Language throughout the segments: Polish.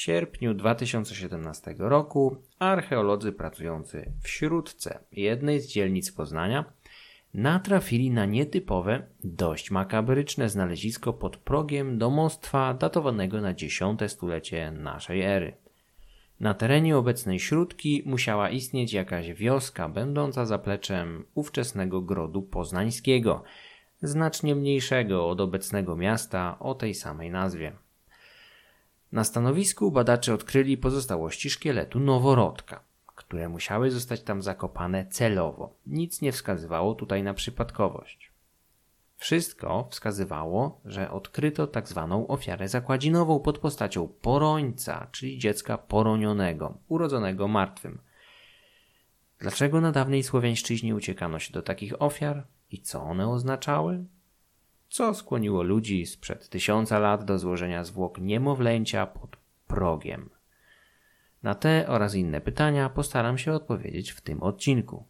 sierpniu 2017 roku archeolodzy pracujący w Śródce, jednej z dzielnic Poznania, natrafili na nietypowe, dość makabryczne znalezisko pod progiem domostwa datowanego na X stulecie naszej ery. Na terenie obecnej Śródki musiała istnieć jakaś wioska będąca zapleczem ówczesnego grodu poznańskiego, znacznie mniejszego od obecnego miasta o tej samej nazwie. Na stanowisku badacze odkryli pozostałości szkieletu noworodka, które musiały zostać tam zakopane celowo. Nic nie wskazywało tutaj na przypadkowość. Wszystko wskazywało, że odkryto tak zwaną ofiarę zakładzinową pod postacią porońca, czyli dziecka poronionego, urodzonego martwym. Dlaczego na dawnej słowiańszczyźnie uciekano się do takich ofiar i co one oznaczały? Co skłoniło ludzi sprzed 1000 lat do złożenia zwłok niemowlęcia pod progiem? Na te oraz inne pytania postaram się odpowiedzieć w tym odcinku.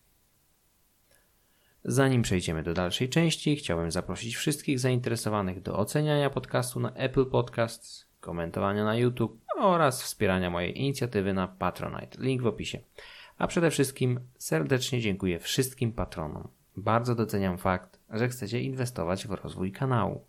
Zanim przejdziemy do dalszej części, chciałbym zaprosić wszystkich zainteresowanych do oceniania podcastu na Apple Podcasts, komentowania na YouTube oraz wspierania mojej inicjatywy na Patronite. Link w opisie. A przede wszystkim serdecznie dziękuję wszystkim patronom. Bardzo doceniam fakt, że chcecie inwestować w rozwój kanału.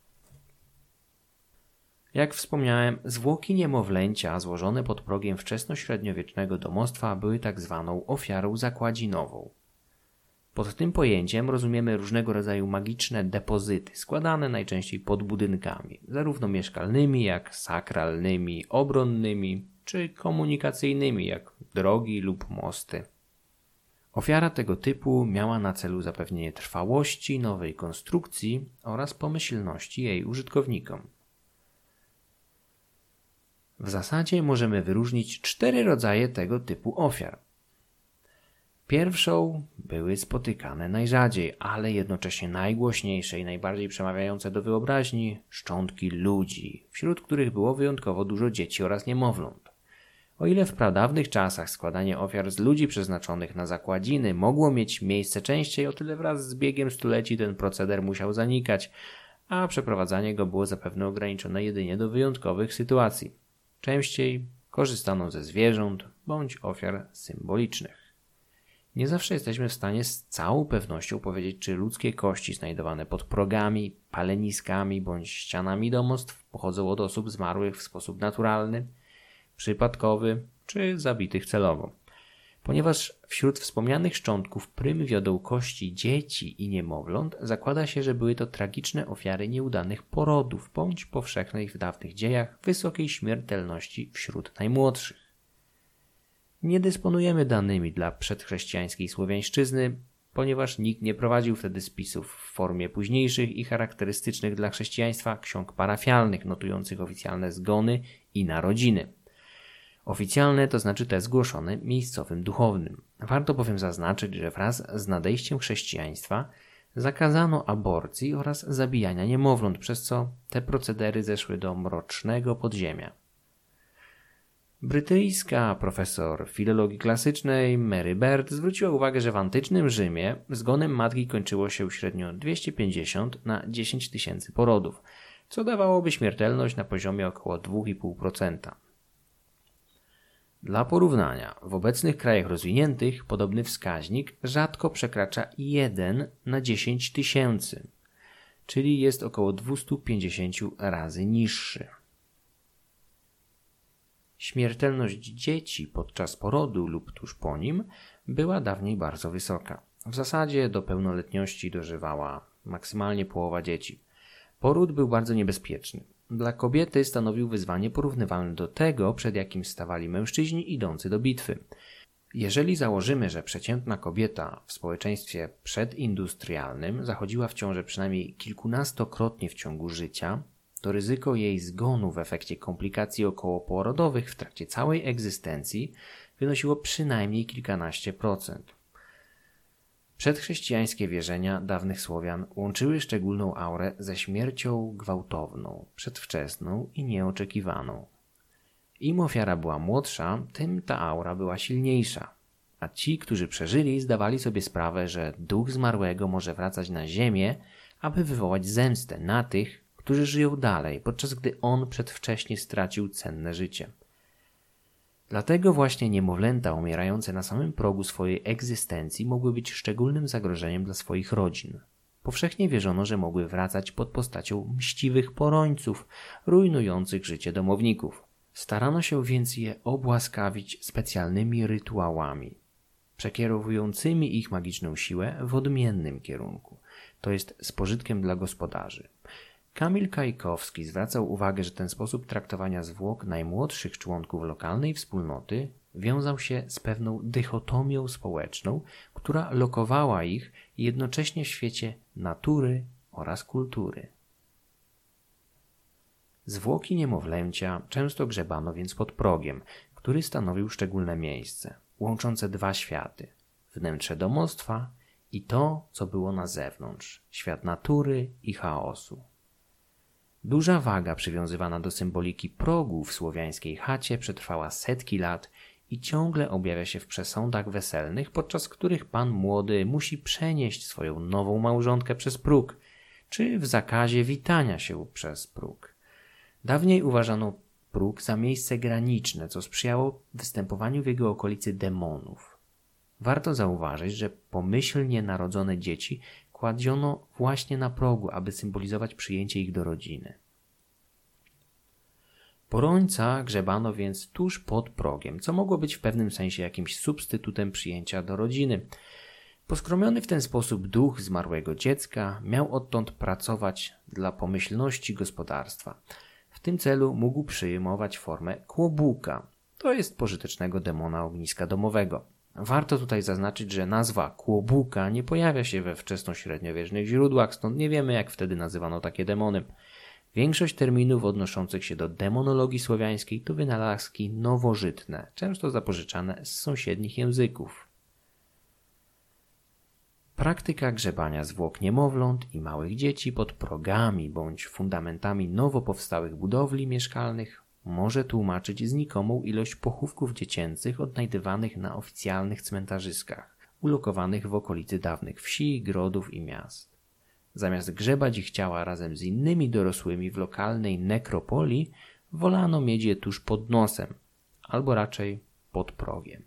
Jak wspomniałem, zwłoki niemowlęcia złożone pod progiem wczesnośredniowiecznego domostwa były tak zwaną ofiarą zakładzinową. Pod tym pojęciem rozumiemy różnego rodzaju magiczne depozyty, składane najczęściej pod budynkami, zarówno mieszkalnymi, jak sakralnymi, obronnymi, czy komunikacyjnymi, jak drogi lub mosty. Ofiara tego typu miała na celu zapewnienie trwałości nowej konstrukcji oraz pomyślności jej użytkownikom. W zasadzie możemy wyróżnić 4 rodzaje tego typu ofiar. Pierwszą były spotykane najrzadziej, ale jednocześnie najgłośniejsze i najbardziej przemawiające do wyobraźni szczątki ludzi, wśród których było wyjątkowo dużo dzieci oraz niemowląt. O ile w pradawnych czasach składanie ofiar z ludzi przeznaczonych na zakładziny mogło mieć miejsce częściej, o tyle wraz z biegiem stuleci ten proceder musiał zanikać, a przeprowadzanie go było zapewne ograniczone jedynie do wyjątkowych sytuacji. Częściej korzystano ze zwierząt bądź ofiar symbolicznych. Nie zawsze jesteśmy w stanie z całą pewnością powiedzieć, czy ludzkie kości znajdowane pod progami, paleniskami bądź ścianami domostw pochodzą od osób zmarłych w sposób naturalny, przypadkowy czy zabitych celowo. Ponieważ wśród wspomnianych szczątków prym wiodą kości dzieci i niemowląt, zakłada się, że były to tragiczne ofiary nieudanych porodów bądź powszechnej w dawnych dziejach wysokiej śmiertelności wśród najmłodszych. Nie dysponujemy danymi dla przedchrześcijańskiej Słowiańszczyzny, ponieważ nikt nie prowadził wtedy spisów w formie późniejszych i charakterystycznych dla chrześcijaństwa ksiąg parafialnych notujących oficjalne zgony i narodziny. Oficjalne to znaczy te zgłoszone miejscowym duchownym. Warto bowiem zaznaczyć, że wraz z nadejściem chrześcijaństwa zakazano aborcji oraz zabijania niemowląt, przez co te procedery zeszły do mrocznego podziemia. Brytyjska profesor filologii klasycznej Mary Beard zwróciła uwagę, że w antycznym Rzymie zgonem matki kończyło się średnio 250 na 10 tysięcy porodów, co dawałoby śmiertelność na poziomie około 2,5%. Dla porównania, w obecnych krajach rozwiniętych podobny wskaźnik rzadko przekracza 1 na 10 tysięcy, czyli jest około 250 razy niższy. Śmiertelność dzieci podczas porodu lub tuż po nim była dawniej bardzo wysoka. W zasadzie do pełnoletności dożywała maksymalnie połowa dzieci. Poród był bardzo niebezpieczny. Dla kobiety stanowił wyzwanie porównywalne do tego, przed jakim stawali mężczyźni idący do bitwy. Jeżeli założymy, że przeciętna kobieta w społeczeństwie przedindustrialnym zachodziła w ciążę przynajmniej kilkunastokrotnie w ciągu życia, to ryzyko jej zgonu w efekcie komplikacji okołoporodowych w trakcie całej egzystencji wynosiło przynajmniej kilkanaście procent. Przedchrześcijańskie wierzenia dawnych Słowian łączyły szczególną aurę ze śmiercią gwałtowną, przedwczesną i nieoczekiwaną. Im ofiara była młodsza, tym ta aura była silniejsza, a ci, którzy przeżyli, zdawali sobie sprawę, że duch zmarłego może wracać na ziemię, aby wywołać zemstę na tych, którzy żyją dalej, podczas gdy on przedwcześnie stracił cenne życie. Dlatego właśnie niemowlęta umierające na samym progu swojej egzystencji mogły być szczególnym zagrożeniem dla swoich rodzin. Powszechnie wierzono, że mogły wracać pod postacią mściwych porońców, rujnujących życie domowników. Starano się więc je obłaskawić specjalnymi rytuałami, przekierowującymi ich magiczną siłę w odmiennym kierunku, to jest z pożytkiem dla gospodarzy. Kamil Kajkowski zwracał uwagę, że ten sposób traktowania zwłok najmłodszych członków lokalnej wspólnoty wiązał się z pewną dychotomią społeczną, która lokowała ich jednocześnie w świecie natury oraz kultury. Zwłoki niemowlęcia często grzebano więc pod progiem, który stanowił szczególne miejsce, łączące dwa światy, wnętrze domostwa i to, co było na zewnątrz, świat natury i chaosu. Duża waga przywiązywana do symboliki progu w słowiańskiej chacie przetrwała setki lat i ciągle objawia się w przesądach weselnych, podczas których pan młody musi przenieść swoją nową małżonkę przez próg, czy w zakazie witania się przez próg. Dawniej uważano próg za miejsce graniczne, co sprzyjało występowaniu w jego okolicy demonów. Warto zauważyć, że pomyślnie narodzone dzieci kładziono właśnie na progu, aby symbolizować przyjęcie ich do rodziny. Porońca grzebano więc tuż pod progiem, co mogło być w pewnym sensie jakimś substytutem przyjęcia do rodziny. Poskromiony w ten sposób duch zmarłego dziecka miał odtąd pracować dla pomyślności gospodarstwa. W tym celu mógł przyjmować formę kłobuka, to jest pożytecznego demona ogniska domowego. Warto tutaj zaznaczyć, że nazwa kłobuka nie pojawia się we wczesnośredniowiecznych źródłach, stąd nie wiemy, jak wtedy nazywano takie demony. Większość terminów odnoszących się do demonologii słowiańskiej to wynalazki nowożytne, często zapożyczane z sąsiednich języków. Praktyka grzebania zwłok niemowląt i małych dzieci pod progami bądź fundamentami nowo powstałych budowli mieszkalnych może tłumaczyć znikomą ilość pochówków dziecięcych odnajdywanych na oficjalnych cmentarzyskach, ulokowanych w okolicy dawnych wsi, grodów i miast. Zamiast grzebać ich ciała razem z innymi dorosłymi w lokalnej nekropolii, wolano mieć je tuż pod nosem, albo raczej pod progiem.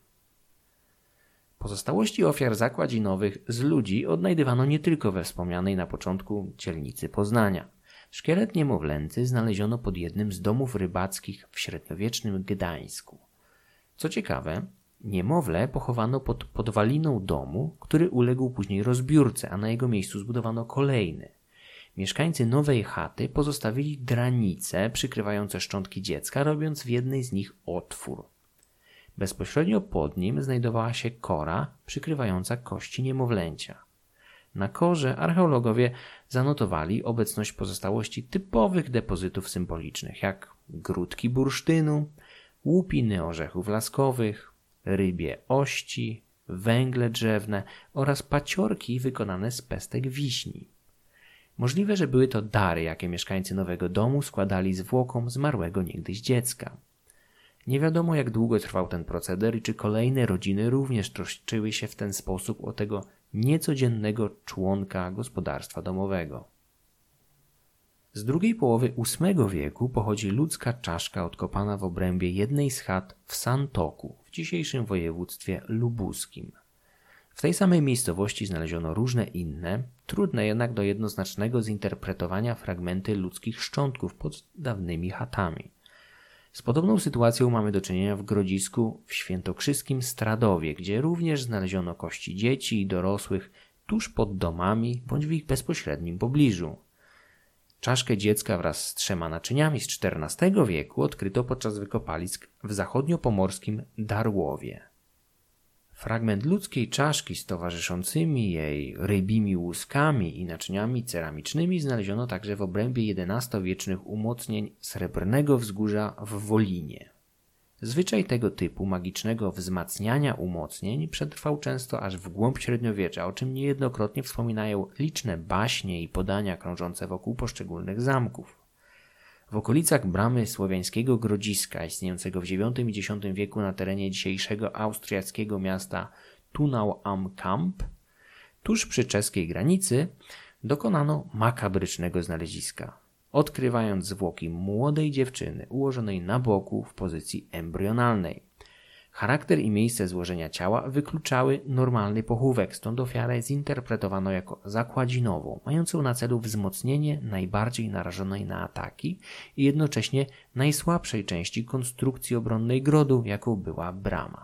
Pozostałości ofiar zakładzinowych z ludzi odnajdywano nie tylko we wspomnianej na początku dzielnicy Poznania. Szkielet niemowlęcy znaleziono pod jednym z domów rybackich w średniowiecznym Gdańsku. Co ciekawe, niemowlę pochowano pod podwaliną domu, który uległ później rozbiórce, a na jego miejscu zbudowano kolejny. Mieszkańcy nowej chaty pozostawili dranice przykrywające szczątki dziecka, robiąc w jednej z nich otwór. Bezpośrednio pod nim znajdowała się kora przykrywająca kości niemowlęcia. Na korze archeologowie zanotowali obecność pozostałości typowych depozytów symbolicznych, jak grudki bursztynu, łupiny orzechów laskowych, rybie ości, węgle drzewne oraz paciorki wykonane z pestek wiśni. Możliwe, że były to dary, jakie mieszkańcy nowego domu składali zwłokom zmarłego niegdyś dziecka. Nie wiadomo, jak długo trwał ten proceder i czy kolejne rodziny również troszczyły się w ten sposób o tego niecodziennego członka gospodarstwa domowego. Z drugiej połowy VIII wieku pochodzi ludzka czaszka odkopana w obrębie jednej z chat w Santoku, w dzisiejszym województwie lubuskim. W tej samej miejscowości znaleziono różne inne, trudne jednak do jednoznacznego zinterpretowania fragmenty ludzkich szczątków pod dawnymi chatami. Z podobną sytuacją mamy do czynienia w Grodzisku w świętokrzyskim Stradowie, gdzie również znaleziono kości dzieci i dorosłych tuż pod domami bądź w ich bezpośrednim pobliżu. Czaszkę dziecka wraz z 3 naczyniami z XIV wieku odkryto podczas wykopalisk w zachodniopomorskim Darłowie. Fragment ludzkiej czaszki z towarzyszącymi jej rybimi łuskami i naczyniami ceramicznymi znaleziono także w obrębie XI-wiecznych umocnień Srebrnego Wzgórza w Wolinie. Zwyczaj tego typu magicznego wzmacniania umocnień przetrwał często aż w głąb średniowiecza, o czym niejednokrotnie wspominają liczne baśnie i podania krążące wokół poszczególnych zamków. W okolicach bramy słowiańskiego Grodziska, istniejącego w IX i X wieku na terenie dzisiejszego austriackiego miasta Tunau am Kamp, tuż przy czeskiej granicy, dokonano makabrycznego znaleziska. odkrywając zwłoki młodej dziewczyny ułożonej na boku w pozycji embrionalnej. Charakter i miejsce złożenia ciała wykluczały normalny pochówek, stąd ofiarę zinterpretowano jako zakładzinową, mającą na celu wzmocnienie najbardziej narażonej na ataki i jednocześnie najsłabszej części konstrukcji obronnej grodu, jaką była brama.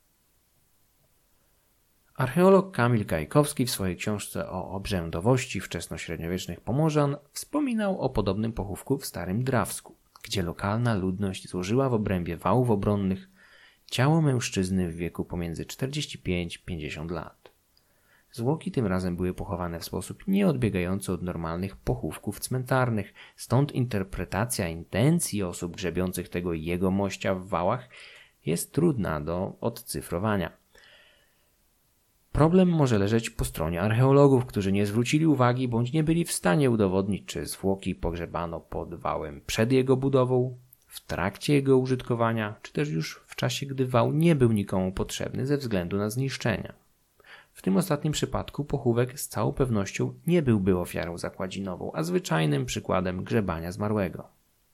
Archeolog Kamil Gajkowski w swojej książce o obrzędowości wczesnośredniowiecznych Pomorzan wspominał o podobnym pochówku w Starym Drawsku, gdzie lokalna ludność złożyła w obrębie wałów obronnych ciało mężczyzny w wieku pomiędzy 45-50 lat. Zwłoki tym razem były pochowane w sposób nieodbiegający od normalnych pochówków cmentarnych, stąd interpretacja intencji osób grzebiących tego jegomościa w wałach jest trudna do odcyfrowania. Problem może leżeć po stronie archeologów, którzy nie zwrócili uwagi bądź nie byli w stanie udowodnić, czy zwłoki pogrzebano pod wałem przed jego budową, w trakcie jego użytkowania, czy też już w czasie, gdy wał nie był nikomu potrzebny ze względu na zniszczenia. W tym ostatnim przypadku pochówek z całą pewnością nie byłby ofiarą zakładzinową, a zwyczajnym przykładem grzebania zmarłego.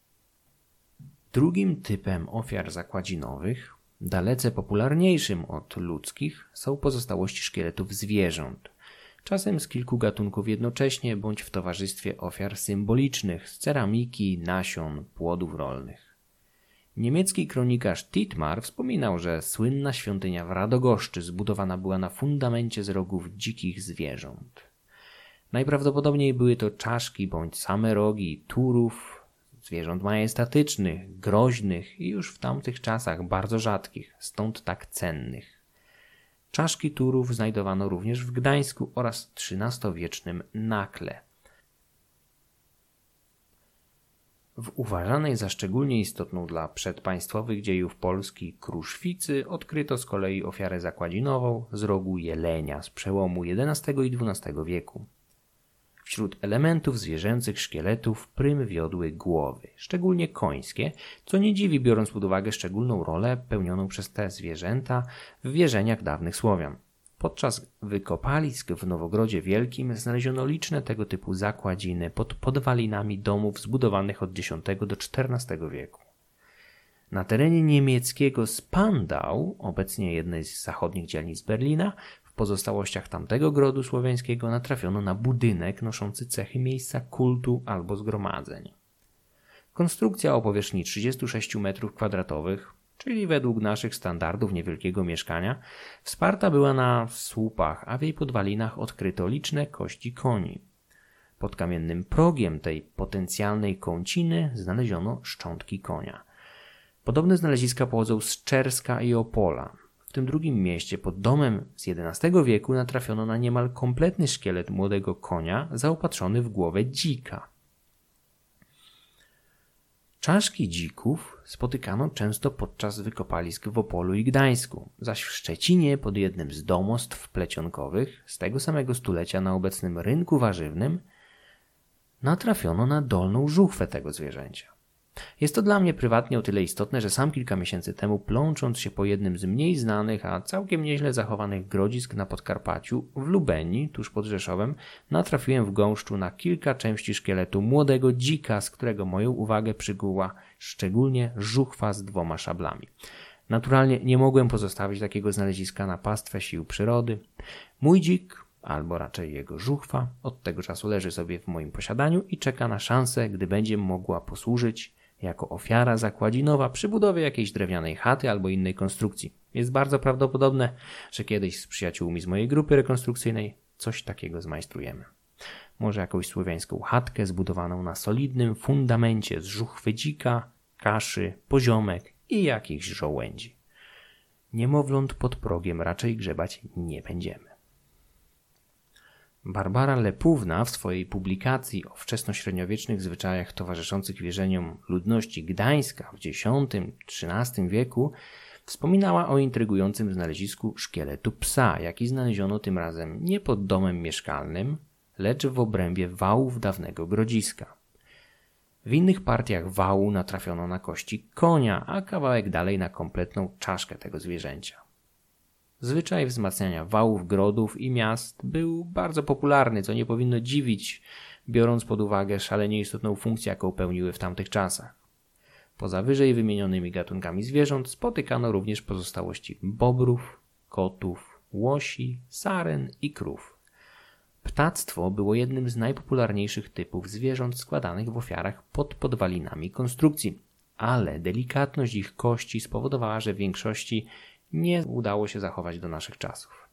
Drugim typem ofiar zakładzinowych, dalece popularniejszym od ludzkich, są pozostałości szkieletów zwierząt, czasem z kilku gatunków jednocześnie bądź w towarzystwie ofiar symbolicznych z ceramiki, nasion, płodów rolnych. Niemiecki kronikarz Titmar wspominał, że słynna świątynia w Radogoszczy zbudowana była na fundamencie z rogów dzikich zwierząt. Najprawdopodobniej były to czaszki bądź same rogi turów, zwierząt majestatycznych, groźnych i już w tamtych czasach bardzo rzadkich, stąd tak cennych. Czaszki turów znajdowano również w Gdańsku oraz XIII-wiecznym Nakle. W uważanej za szczególnie istotną dla przedpaństwowych dziejów Polski Kruszwicy odkryto z kolei ofiarę zakładzinową z rogu jelenia z przełomu XI i XII wieku. Wśród elementów zwierzęcych szkieletów prym wiodły głowy, szczególnie końskie, co nie dziwi biorąc pod uwagę szczególną rolę pełnioną przez te zwierzęta w wierzeniach dawnych Słowian. Podczas wykopalisk w Nowogrodzie Wielkim znaleziono liczne tego typu zakładziny pod podwalinami domów zbudowanych od X do XIV wieku. Na terenie niemieckiego Spandau, obecnie jednej z zachodnich dzielnic Berlina, w pozostałościach tamtego grodu słowiańskiego natrafiono na budynek noszący cechy miejsca kultu albo zgromadzeń. Konstrukcja o powierzchni 36 m2, czyli według naszych standardów niewielkiego mieszkania, wsparta była na słupach, a w jej podwalinach odkryto liczne kości koni. Pod kamiennym progiem tej potencjalnej kąciny znaleziono szczątki konia. Podobne znaleziska pochodzą z Czerska i Opola. W tym drugim mieście pod domem z XI wieku natrafiono na niemal kompletny szkielet młodego konia zaopatrzony w głowę dzika. Czaszki dzików spotykano często podczas wykopalisk w Opolu i Gdańsku, zaś w Szczecinie pod jednym z domostw plecionkowych z tego samego stulecia na obecnym rynku warzywnym natrafiono na dolną żuchwę tego zwierzęcia. Jest to dla mnie prywatnie o tyle istotne, że sam kilka miesięcy temu, plącząc się po jednym z mniej znanych, a całkiem nieźle zachowanych grodzisk na Podkarpaciu, w Lubenii, tuż pod Rzeszowem, natrafiłem w gąszczu na kilka części szkieletu młodego dzika, z którego moją uwagę przykuła szczególnie żuchwa z 2 szablami. Naturalnie nie mogłem pozostawić takiego znaleziska na pastwę sił przyrody. Mój dzik, albo raczej jego żuchwa, od tego czasu leży sobie w moim posiadaniu i czeka na szansę, gdy będzie mogła posłużyć jako ofiara zakładzinowa przy budowie jakiejś drewnianej chaty albo innej konstrukcji. Jest bardzo prawdopodobne, że kiedyś z przyjaciółmi z mojej grupy rekonstrukcyjnej coś takiego zmajstrujemy. Może jakąś słowiańską chatkę zbudowaną na solidnym fundamencie z żuchwy dzika, kaszy, poziomek i jakichś żołędzi. Niemowląt pod progiem raczej grzebać nie będziemy. Barbara Lepówna w swojej publikacji o wczesnośredniowiecznych zwyczajach towarzyszących wierzeniom ludności Gdańska w X-XIII wieku wspominała o intrygującym znalezisku szkieletu psa, jaki znaleziono tym razem nie pod domem mieszkalnym, lecz w obrębie wałów dawnego grodziska. W innych partiach wału natrafiono na kości konia, a kawałek dalej na kompletną czaszkę tego zwierzęcia. Zwyczaj wzmacniania wałów, grodów i miast był bardzo popularny, co nie powinno dziwić, biorąc pod uwagę szalenie istotną funkcję, jaką pełniły w tamtych czasach. Poza wyżej wymienionymi gatunkami zwierząt spotykano również pozostałości bobrów, kotów, łosi, saren i krów. Ptactwo było jednym z najpopularniejszych typów zwierząt składanych w ofiarach pod podwalinami konstrukcji, ale delikatność ich kości spowodowała, że w większości nie udało się zachować do naszych czasów.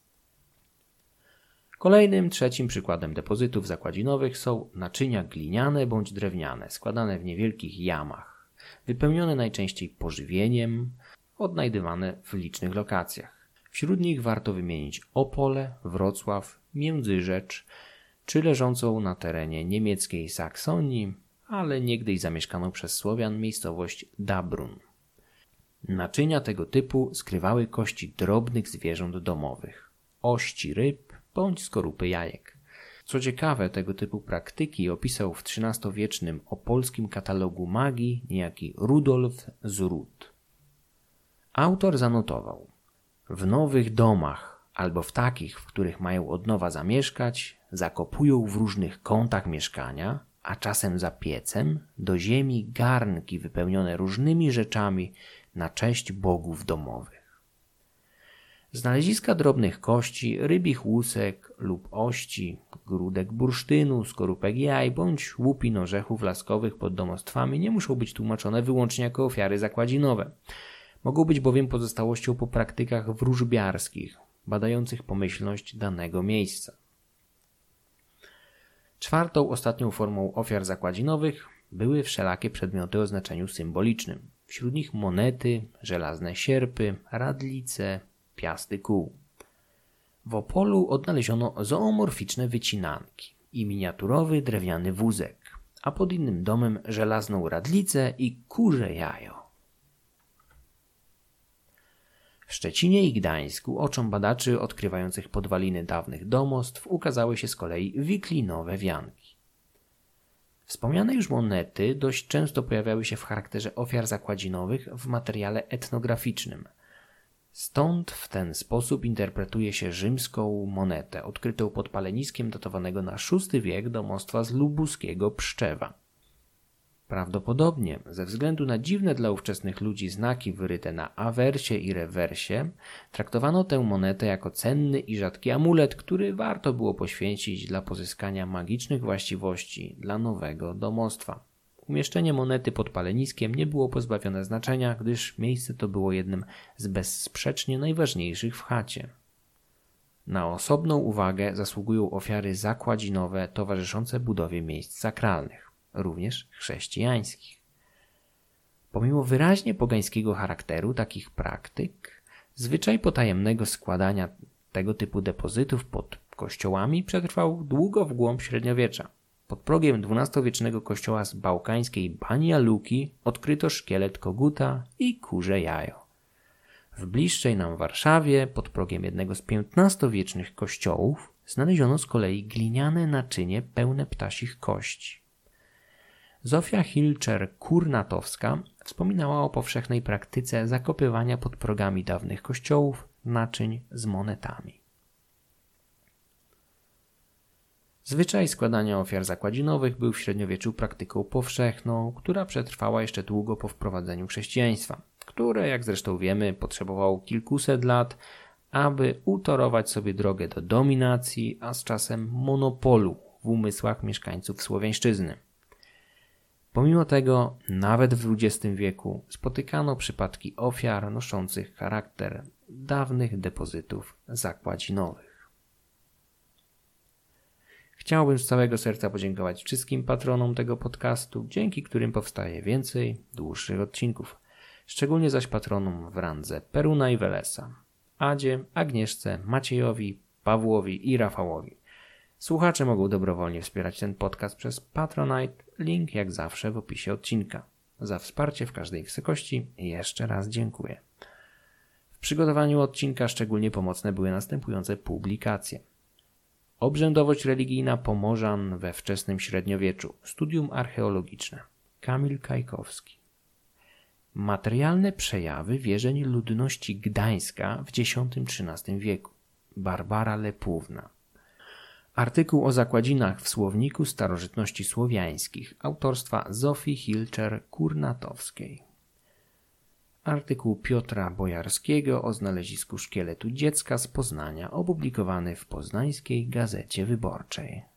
Kolejnym, trzecim przykładem depozytów zakładzinowych są naczynia gliniane bądź drewniane, składane w niewielkich jamach, wypełnione najczęściej pożywieniem, odnajdywane w licznych lokacjach. Wśród nich warto wymienić Opole, Wrocław, Międzyrzecz, czy leżącą na terenie niemieckiej Saksonii, ale niegdyś zamieszkaną przez Słowian miejscowość Dabrun. Naczynia tego typu skrywały kości drobnych zwierząt domowych, ości ryb bądź skorupy jajek. Co ciekawe, tego typu praktyki opisał w XIII-wiecznym opolskim katalogu magii niejaki Rudolf z Ruth. Autor zanotował: w nowych domach albo w takich, w których mają od nowa zamieszkać, zakopują w różnych kątach mieszkania, a czasem za piecem, do ziemi garnki wypełnione różnymi rzeczami na cześć bogów domowych. Znaleziska drobnych kości, rybich łusek lub ości, grudek bursztynu, skorupek jaj bądź łupin orzechów laskowych pod domostwami nie muszą być tłumaczone wyłącznie jako ofiary zakładzinowe. Mogą być bowiem pozostałością po praktykach wróżbiarskich, badających pomyślność danego miejsca. Czwartą, ostatnią formą ofiar zakładzinowych były wszelakie przedmioty o znaczeniu symbolicznym. Wśród nich monety, żelazne sierpy, radlice, piasty kół. W Opolu odnaleziono zoomorficzne wycinanki i miniaturowy drewniany wózek, a pod innym domem żelazną radlicę i kurze jajo. W Szczecinie i Gdańsku oczom badaczy odkrywających podwaliny dawnych domostw ukazały się z kolei wiklinowe wianki. Wspomniane już monety dość często pojawiały się w charakterze ofiar zakładzinowych w materiale etnograficznym. Stąd w ten sposób interpretuje się rzymską monetę odkrytą pod paleniskiem datowanego na VI wiek domostwa z lubuskiego Pszczewa. Prawdopodobnie ze względu na dziwne dla ówczesnych ludzi znaki wyryte na awersie i rewersie traktowano tę monetę jako cenny i rzadki amulet, który warto było poświęcić dla pozyskania magicznych właściwości dla nowego domostwa. Umieszczenie monety pod paleniskiem nie było pozbawione znaczenia, gdyż miejsce to było jednym z bezsprzecznie najważniejszych w chacie. Na osobną uwagę zasługują ofiary zakładzinowe towarzyszące budowie miejsc sakralnych, również chrześcijańskich. Pomimo wyraźnie pogańskiego charakteru takich praktyk, zwyczaj potajemnego składania tego typu depozytów pod kościołami przetrwał długo w głąb średniowiecza. Pod progiem XII-wiecznego kościoła z bałkańskiej Banja Luki odkryto szkielet koguta i kurze jajo. W bliższej nam Warszawie, pod progiem jednego z XV-wiecznych kościołów, znaleziono z kolei gliniane naczynie pełne ptasich kości. Zofia Hilczer-Kurnatowska wspominała o powszechnej praktyce zakopywania pod progami dawnych kościołów naczyń z monetami. Zwyczaj składania ofiar zakładzinowych był w średniowieczu praktyką powszechną, która przetrwała jeszcze długo po wprowadzeniu chrześcijaństwa, które, jak zresztą wiemy, potrzebowało kilkuset lat, aby utorować sobie drogę do dominacji, a z czasem monopolu w umysłach mieszkańców Słowiańszczyzny. Pomimo tego, nawet w XX wieku spotykano przypadki ofiar noszących charakter dawnych depozytów zakładzinowych. Chciałbym z całego serca podziękować wszystkim patronom tego podcastu, dzięki którym powstaje więcej dłuższych odcinków. Szczególnie zaś patronom w randze Peruna i Welesa, Adzie, Agnieszce, Maciejowi, Pawłowi i Rafałowi. Słuchacze mogą dobrowolnie wspierać ten podcast przez Patronite, link jak zawsze w opisie odcinka. Za wsparcie w każdej wysokości jeszcze raz dziękuję. W przygotowaniu odcinka szczególnie pomocne były następujące publikacje. Obrzędowość religijna Pomorzan we wczesnym średniowieczu. Studium archeologiczne. Kamil Kajkowski. Materialne przejawy wierzeń ludności Gdańska w X-XIII wieku. Barbara Lepówna. Artykuł o zakładzinach w Słowniku Starożytności Słowiańskich autorstwa Zofii Hilczer-Kurnatowskiej. Artykuł Piotra Bojarskiego o znalezisku szkieletu dziecka z Poznania, opublikowany w Poznańskiej Gazecie Wyborczej.